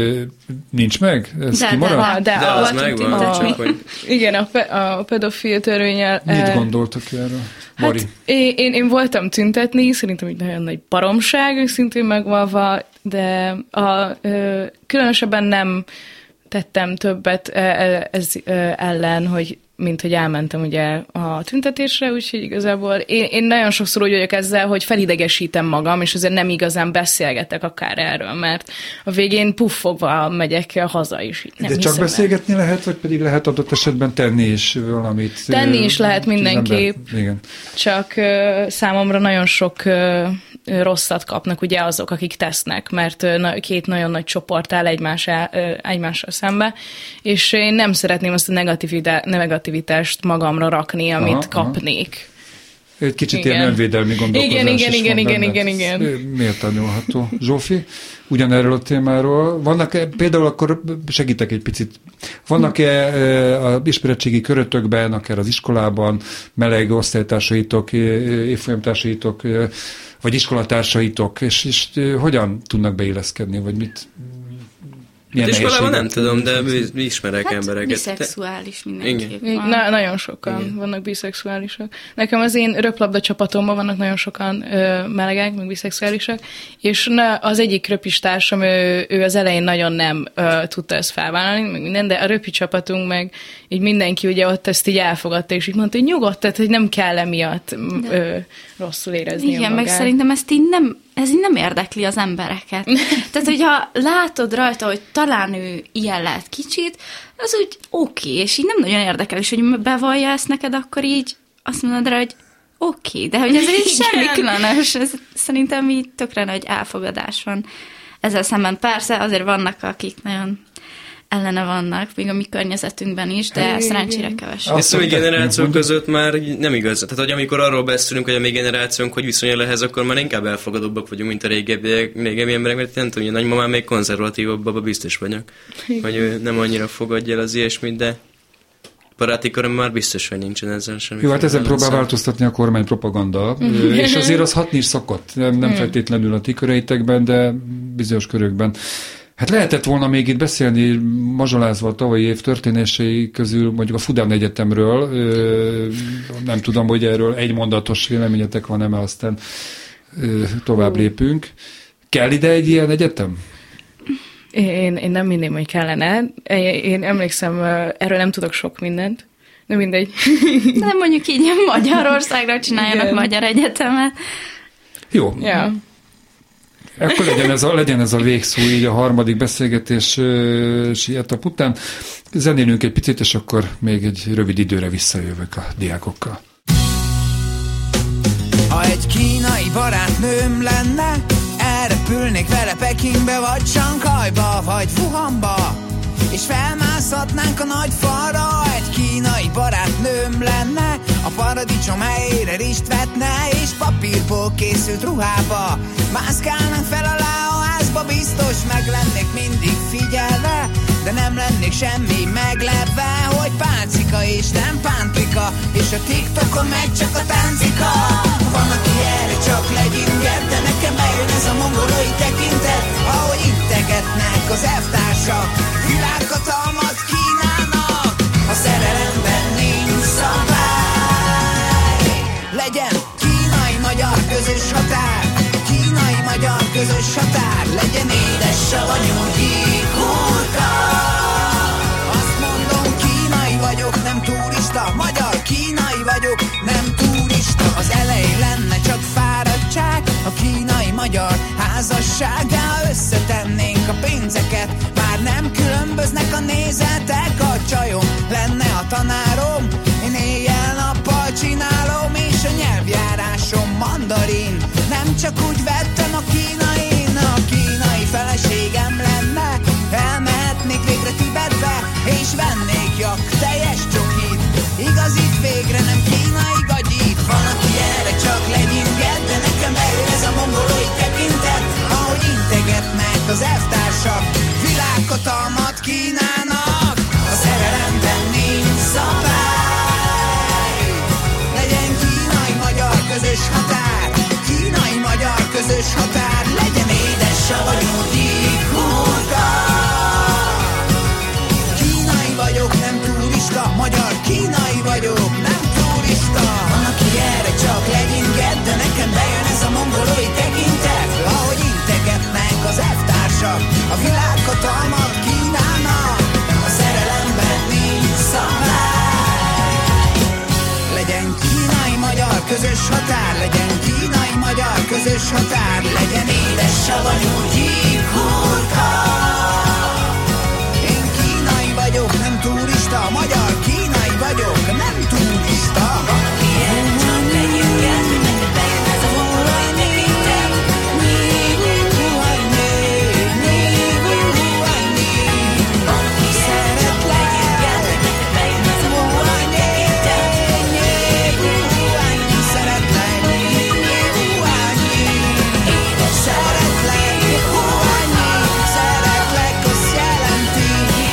nincs meg? Ez de, kimarad? De, de, de az megvan. A, csak, hogy... Igen, a, pe, a pedofil törvényel... Mit e... gondoltok erről? Hát én, én, én voltam tüntetni, szerintem egy nagyon nagy baromság, szintén megvalva, de a, ö, különösebben nem tettem többet ez ellen, hogy mint hogy elmentem ugye a tüntetésre, úgyhogy igazából én, én nagyon sokszor úgy vagyok ezzel, hogy felidegesítem magam, és azért nem igazán beszélgetek akár erről, mert a végén puffogva megyek haza is. Nem De csak beszélgetni el. Lehet, vagy pedig lehet adott esetben tenni is valamit? Tenni is lehet mindenképp. Igen. Csak uh, számomra nagyon sok uh, rosszat kapnak ugye azok, akik tesznek, mert uh, két nagyon nagy csoport áll egymás, uh, egymással szembe, és én nem szeretném azt a negativitá- negativitást magamra rakni, amit aha, kapnék. Aha. Egy kicsit igen. Ilyen önvédelmi gondolkozás igen, igen, is igen, van igen, benne. igen, igen, igen. Miért tanulható? Zsófi, ugyanerről a témáról. Vannak-e, például akkor segítek egy picit, vannak-e az ismeretségi körötökben, akár az iskolában meleg osztálytársaitok, évfolyamtársaitok, vagy iskolatársaitok, és, és hogyan tudnak beilleszkedni, vagy mit... Hát iskolában nem tudom, de ismerek hát embereket. Biszexuális mindenképp. Na, nagyon sokan igen. vannak biszexuálisak. Nekem az én röplabda csapatomban vannak nagyon sokan ö, melegek, meg biszexuálisak, és na, az egyik röpistársam, ő, ő az elején nagyon nem ö, tudta ezt felvállalni, meg minden, de a röpi csapatunk meg így mindenki ugye ott ezt így elfogadta, és így mondta, hogy nyugodt, tehát hogy nem kell emiatt ö, rosszul érezni igen, magát. meg szerintem ezt így nem ez így nem érdekli az embereket. Tehát, hogyha látod rajta, hogy talán ő ilyen lehet kicsit, az úgy oké, okay, és így nem nagyon érdekel, és hogy bevallja ezt neked, akkor így azt mondod rá, hogy oké, okay, de hogy ez így semmi különös, ez szerintem így tökre nagy elfogadás van ezzel szemben. Persze azért vannak, akik nagyon ellene vannak, még a mi környezetünkben is, de hey, szerencsére kevesebb. Ezt a mi generációk között már nem igaz. Tehát, hogy amikor arról beszélünk, hogy a mi generációnk hogy viszonyul ehhez, akkor már inkább elfogadóbbak vagyunk, mint a régebbi, régebbi emberek, mert nem tudom, hogy a nagymamám még konzervatívabb, abban biztos vagyok. Hogy ő nem annyira fogadja el az ilyesmit, de baráti köröm már biztos, hogy nincsen ezzel semmi. Jó, hát ezen próbál változtatni a kormány propaganda, és azért az hatni is szokott, nem, nem feltétlenül a ti köreitekben, de bizonyos körökben. Hát lehetett volna még itt beszélni, mazsolázva a tavalyi év történései közül, mondjuk a Fudán Egyetemről, nem tudom, hogy erről egy mondatos véleményetek van-e, mert aztán tovább lépünk. Kell ide egy ilyen egyetem? Én, én nem minném, hogy kellene. Én emlékszem, erről nem tudok sok mindent. De mindegy. De mondjuk így Magyarországra csináljanak igen. magyar egyetemet. Jó. Ja. Akkor legyen ez, a, legyen ez a végszó így a harmadik beszélgetés sietap után. Zenélünk egy picit, és akkor még egy rövid időre visszajövök a diákokkal. Ha egy kínai barátnőm lenne, elrepülnék vele Pekingbe, vagy Sanghajba, vagy Wuhanba, és felmászhatnánk a nagy falra. Egy kínai barátnőm lenne, a paradicsom helyére rist vetne, és papírból készült ruhába mászkálnánk fel alá a házba. Biztos meg lennék mindig figyelve, de nem lennék semmi meglepve, hogy pálcika és nem pántlika, és a TikTokon meg csak a táncika. Van, aki erre csak legyinget, de nekem bejön ez a mongolói tekintet, ahogy integetnek az elvtársak, világhatalmat kínálnak. A szerelemben nincs szabály, legyen kínai-magyar közös határ, kínai-magyar közös határ, legyen édes savanyú gyíkhurka. Azt mondom, kínai vagyok, nem turista, magyar kínai vagyok, nem turista. Az elején lenne csak fáradtság, a kínai-magyar házasságá összetennénk a pénzeket, már nem különböznek a nézetek. A csajom lenne a tanárom, én éjjel-nappal csinálom, és a nyelvjárásom mandarin, nem csak úgy vettem a kínain. A kínai feleségem lenne, elmehetnék végre Tibetbe, és vennék jak teljes csokit, igazit végre, nem kínai gagyit. Van, aki erre csak legyinget, de nekem bejön ez a mongolói tekintet, ahogy integetnek az elvtársak, világhatalmat kínálnak. A szerelemben nincs szabály, legyen kínai-magyar közös határ, kínai-magyar közös határ, legyen édes savanyú gyíkhurka. Kínai vagyok, nem turista, magyar kínai vagyok, nem turista. Van, aki erre csak legyinget, de nekem bejön ez a mongolói tekintet, ahogy integetnek az elvtársak, a világhatalmat kínálnak. A szerelemben nincs szabály, legyen kínai-magyar közös határ, legyen kínai-magyar közös határ, legyen édes savanyú gyíkhurka. Én kínai vagyok, nem turista, magyar kínai vagyok, nem turista. Van, aki erre csak legyinget, hogy neked bejön ez a mongolói tekintet. Van, aki szeret legyinget, hogy neked bejön ez a mongolói tekintet. Szeretlek, édes szeretlek, szeretlek, azt jelenti.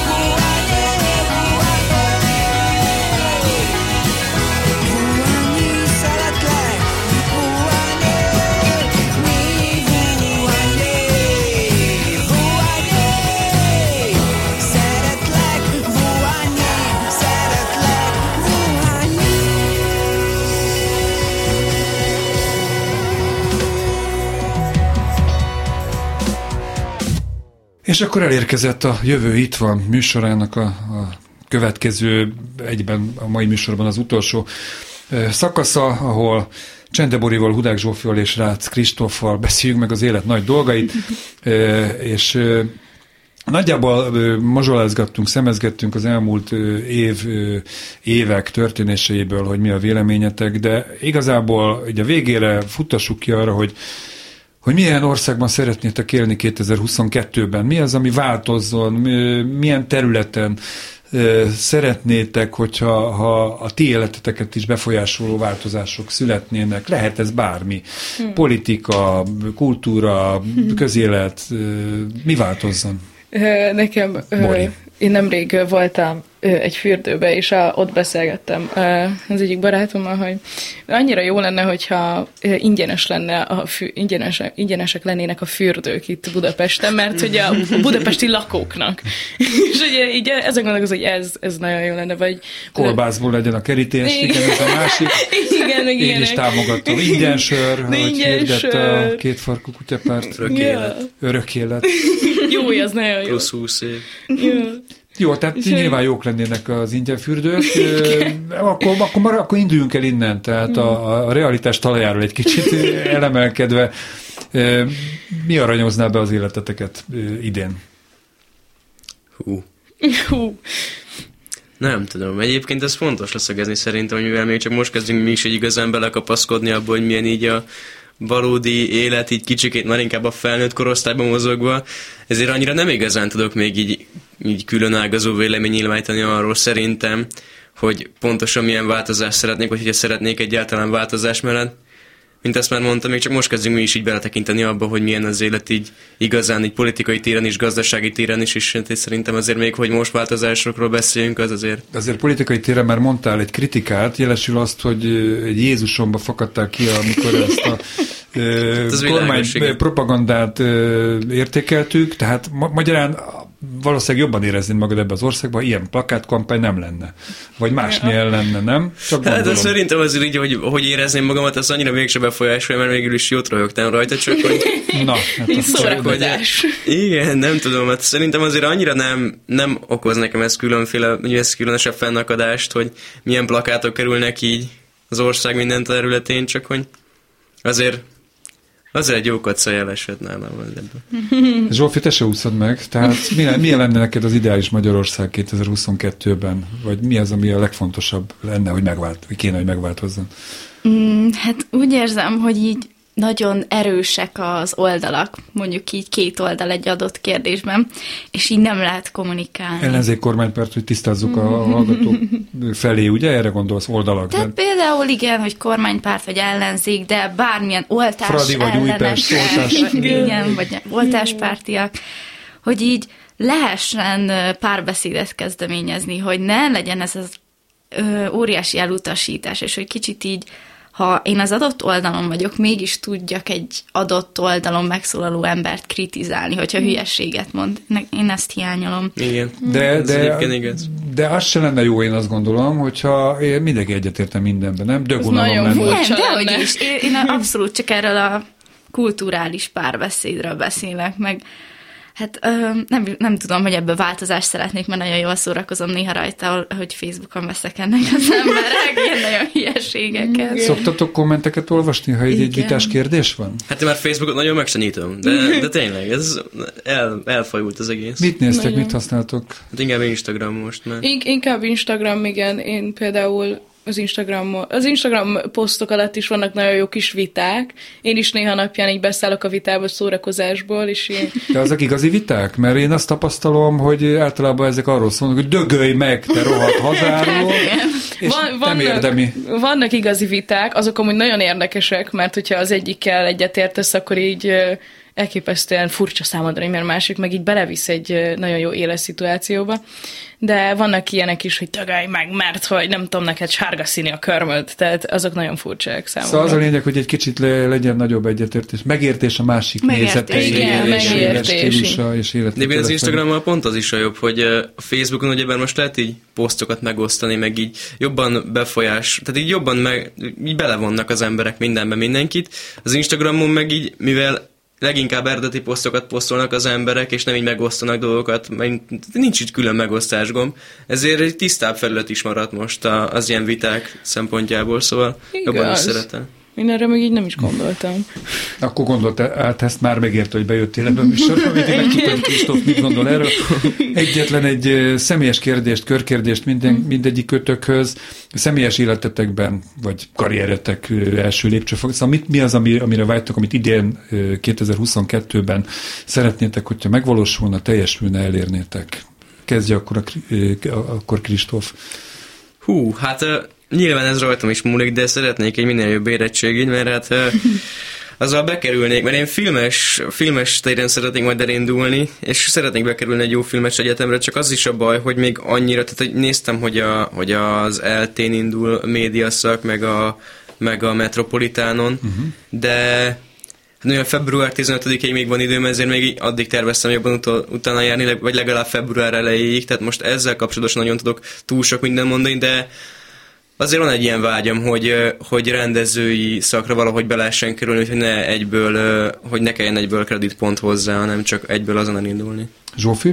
És akkor elérkezett a Jövő itt van műsorának a, a következő, egyben a mai műsorban az utolsó szakasza, ahol Csende Borival, Hudák Zsófival és Rácz Kristóffal beszéljünk meg az élet nagy dolgait, és nagyjából mazsolázgattunk, szemezgettünk az elmúlt év, évek történéseiből, hogy mi a véleményetek, de igazából ugye a végére futtassuk ki arra, hogy hogy milyen országban szeretnétek élni kétezer-huszonkettőben, mi az, ami változzon, milyen területen szeretnétek, hogyha ha a ti életeteket is befolyásoló változások születnének. Lehet ez bármi. Hmm. Politika, kultúra, hmm. közélet, mi változzon? Nekem Bori. én nemrég voltam egy fürdőbe, és a, ott beszélgettem az egyik barátommal, hogy annyira jó lenne, hogyha ingyenes lenne a fü, ingyenesek, ingyenesek lennének a fürdők itt Budapesten, mert hogy a budapesti lakóknak. És ugye így ezen gondolkozom, hogy ez, ez nagyon jó lenne, vagy... Kolbászból legyen a kerítés, igen, igen, ez a másik. Igen, meg Én is támogatom. Ingyen sör, hogy hirdett a kétfarkú kutyapárt. Örök élet. Örök élet. Jó, az nagyon jó. Plusz húsz év. Jó. Jó, tehát és nyilván jók lennének az ingyen fürdők. Akkor, akkor, akkor induljunk el innen, tehát a, a realitás talajáról egy kicsit elemelkedve. Mi aranyoznál be az életeteket idén? Hú. Hú. Nem tudom. Egyébként ez fontos leszögezni szerintem, hogy mivel még csak most kezdünk mi is egy igazán belekapaszkodni abból, hogy milyen így a valódi élet, így kicsikét már inkább a felnőtt korosztályban mozogva, ezért annyira nem igazán tudok még így, így különágazó vélemény nyilvánítani arról szerintem, hogy pontosan milyen változást szeretnék, vagy hogyha szeretnék egyáltalán változás mellett. Mint azt már mondtam, még csak most kezdünk mi is így beletekinteni abba, hogy milyen az élet így igazán, így politikai téren is, gazdasági téren is, és szerintem azért még, hogy most változásokról beszéljünk, az azért. Azért politikai téren már mondtál egy kritikát, jelesül azt, hogy egy Jézusomba fakadtál ki, amikor ezt a hát kormány propagandát értékeltük, tehát ma- magyarán valószínűleg jobban éreznéd magad ebbe az országban, ilyen plakátkampány nem lenne. Vagy másmilyen lenne, nem? Csak hát de szerintem azért így, hogy, hogy érezném magamat, az annyira mégse befolyásolja, mert végül is jót röhögtem rajta, csak hogy... Na, hát szórakozás. Igen, nem tudom, hát szerintem azért annyira nem, nem okoz nekem ez különféle, ez különösebb fennakadást, hogy milyen plakátok kerülnek így az ország minden területén, csak hogy azért azért egy jókat szajjel esett nálam ebből. Zsófi, te se úszod meg, tehát milyen, milyen lenne neked az ideális Magyarország kétezer-huszonkettőben? Vagy mi az, ami a legfontosabb lenne, hogy megvált, hogy kéne, hogy megváltozzon? Mm, hát úgy érzem, hogy így nagyon erősek az oldalak, mondjuk így két oldal egy adott kérdésben, és így nem lehet kommunikálni. Ellenzék kormánypárt, hogy tisztázzuk a hallgatók felé, ugye? Erre gondolsz, oldalak. Tehát de... például igen, hogy kormánypárt vagy ellenzék, de bármilyen oltás Fradi vagy Újpest, oltás. Vagy, igen, vagy oltáspártiak, hogy így lehessen párbeszédet kezdeményezni, hogy ne legyen ez az ö, óriási elutasítás, és hogy kicsit így ha én az adott oldalon vagyok, mégis tudjak egy adott oldalon megszólaló embert kritizálni, hogyha hmm. hülyességet mond. Én ezt hiányolom. Igen. De, de, de az se lenne jó, én azt gondolom, hogyha mindenki egyetértem mindenben, nem? Dögunalom lenne. Nem, dehogy is. Én, én abszolút csak erről a kulturális párbeszédről beszélek, meg hát ö, nem, nem tudom, hogy ebből változást szeretnék, mert nagyon jól szórakozom néha rajta, hogy Facebookon veszek ennek az emberek, ilyen nagyon hülyeségeket. Szoktatok kommenteket olvasni, ha egy, egy vitás kérdés van? Hát én már Facebookot nagyon meg sem nyitom, de, de tényleg, ez el, elfajult az egész. Mit néztek, nagyon. Mit használtok? Hát inkább Instagram most már. In- inkább Instagram, igen. Én például az Instagram, az Instagram posztok alatt is vannak nagyon jó kis viták. Én is néha napján így beszállok a vitába szórakozásból, és én... De azok igazi viták? Mert én azt tapasztalom, hogy általában ezek arról szólnak, hogy dögölj meg, te rohadt hazáról, és Van, nem vannak, érdemi. Vannak igazi viták, azok amúgy nagyon érdekesek, mert hogyha az egyikkel egyetértesz, akkor így elképesztően furcsa számodra, mert másik meg így belevisz egy nagyon jó éles szituációba. De vannak ilyenek is, hogy dögölj meg, mert hogy nem tudom, neked sárga színi a körmöd, tehát azok nagyon furcsák számomra. Szóval az a lényeg, hogy egy kicsit le, legyen nagyobb egyetértés, megértés a másik nézetei, és éles stílusa, és életet. De az Instagrammal pont az is a jobb, hogy a Facebookon ugyebár most lehet így posztokat megosztani, meg így jobban befolyás, tehát így jobban meg, így belevonnak az emberek mindenben mindenkit. Az Instagramon meg így, mivel leginkább eredeti posztokat posztolnak az emberek, és nem így megosztanak dolgokat, mert nincs így külön megosztásgomb. Ezért egy tisztább felület is maradt most az ilyen viták szempontjából, szóval igaz. Jobban is szeretem. Én erre még így nem is gondoltam. Akkor gondolt át ezt, már megérte, hogy bejöttél ebben a műsorba, amit én megtudtam, hogy Kristóf mit gondol erről. Egyetlen egy személyes kérdést, körkérdést minden, mindegyik kötökhöz. Személyes életetekben, vagy karrieretek első lépcsőfok. Szóval mit, mi az, amire vágytok, amit idén kétezer-huszonkettőben szeretnétek, hogyha megvalósulna, teljesülne, elérnétek? Kezdje akkor, a, akkor Kristóf. Hú, hát... Nyilván ez rajtam is múlik, de szeretnék egy minél jobb érettségig, mert hát azzal bekerülnék, mert én filmes, filmes téren szeretnék majd elindulni, és szeretnék bekerülni egy jó filmes egyetemre, csak az is a baj, hogy még annyira, tehát néztem, hogy, a, hogy az eltén indul médiaszak, meg a, meg a Metropolitánon, uh-huh. de olyan február tizenötödikéig még van időm, ezért még addig terveztem jobban utol, utána járni, vagy legalább február elejéig, tehát most ezzel kapcsolatosan nagyon tudok túl sok minden mondani, de azért van egy ilyen vágyam, hogy, hogy rendezői szakra valahogy be lehessen kerülni, hogy ne egyből, hogy ne kelljen egyből kreditpont hozzá, hanem csak egyből azon elindulni. Zsófi?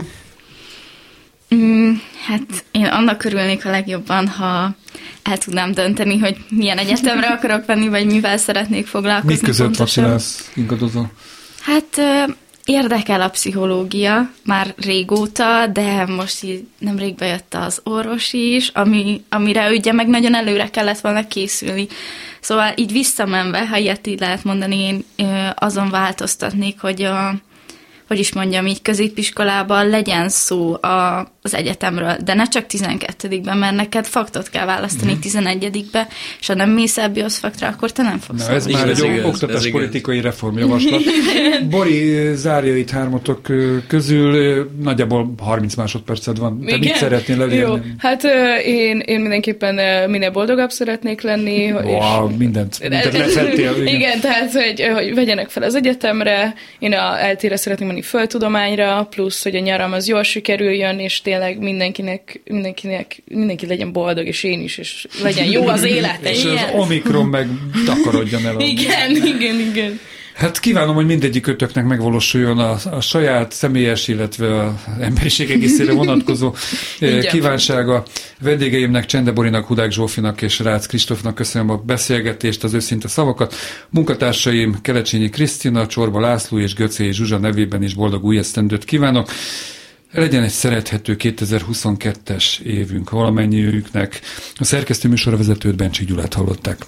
Mm, hát én annak örülnék a legjobban, ha el tudnám dönteni, hogy milyen egyetemre akarok venni, vagy mivel szeretnék foglalkozni. Mi között vacilálsz, ingadozol? Hát érdekel a pszichológia már régóta, de most így nemrég bejött az orvosi is, ami, amire ugye meg nagyon előre kellett volna készülni. Szóval így visszamenve, ha ilyet így lehet mondani, én azon változtatnék, hogy a hogy is mondjam, így középiskolában legyen szó a, az egyetemről, de ne csak tizenkettedikben, mert neked faktot kell választani mm. tizenegyedikbe, és ha nem mész el bioszfaktra, akkor te nem fogsz. Na, ez már egy oktatáspolitikai reformjavaslat. Bori, zárja itt hármatok közül, nagyjából harminc másodperced van. Te igen? Mit szeretnél elérni? Jó, hát én, én mindenképpen minél boldogabb szeretnék lenni. Wow, és mindent, mindent lefettél. Igen. igen, tehát, hogy, hogy vegyenek fel az egyetemre, én a eltére szeretném menni földtudományra, plusz, hogy a nyaram az jól sikerüljön, és tényleg mindenkinek, mindenkinek, mindenki legyen boldog, és én is, és legyen jó az élete. És az Omikron meg takarodjon el. Igen, igen, igen. Hát kívánom, hogy mindegyik kötöknek megvalósuljon a, a saját személyes, illetve az emberiség egészére vonatkozó kívánsága. Vendégeimnek, Csende Borinak, Hudák Zsófinak és Rácz Kristófnak köszönöm a beszélgetést, az őszinte szavakat. Munkatársaim Kelecsényi Krisztina, Csorba László és Göcé Zsuzsa nevében is boldog új esztendőt kívánok. Legyen egy szerethető kétezer-huszonkettes évünk valamennyiüknek. A szerkesztő műsorvezetőt, Bencsik Gyulát hallották.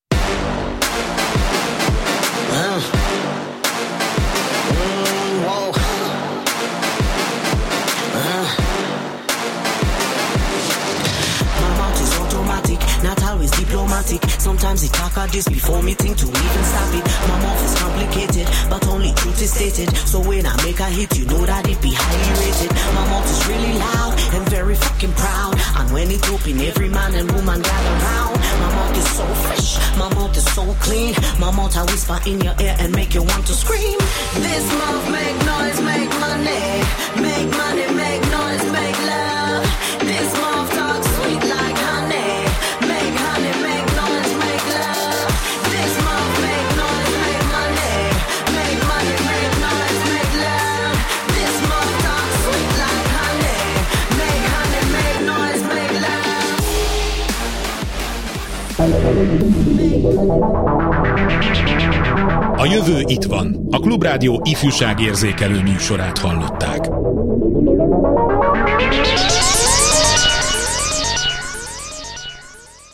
Sometimes they talk like this before me think to even stop it. My mouth is complicated, but only truth is stated. So when I make a hit, you know that it be highly rated. My mouth is really loud and very fucking proud. And when it open, every man and woman gather round. My mouth is so fresh, my mouth is so clean. My mouth I whisper in your ear and make you want to scream. This mouth make noise, make money, make money, make noise, make love. This mouth talk sweet like honey, make honey, make noise, make love. This mouth make noise, make money, make money, make noise, make love. This mouth talk sweet like honey, make honey, make noise, make love. A jövő itt van. A Klubrádió ifjúságérzékelő műsorát hallották.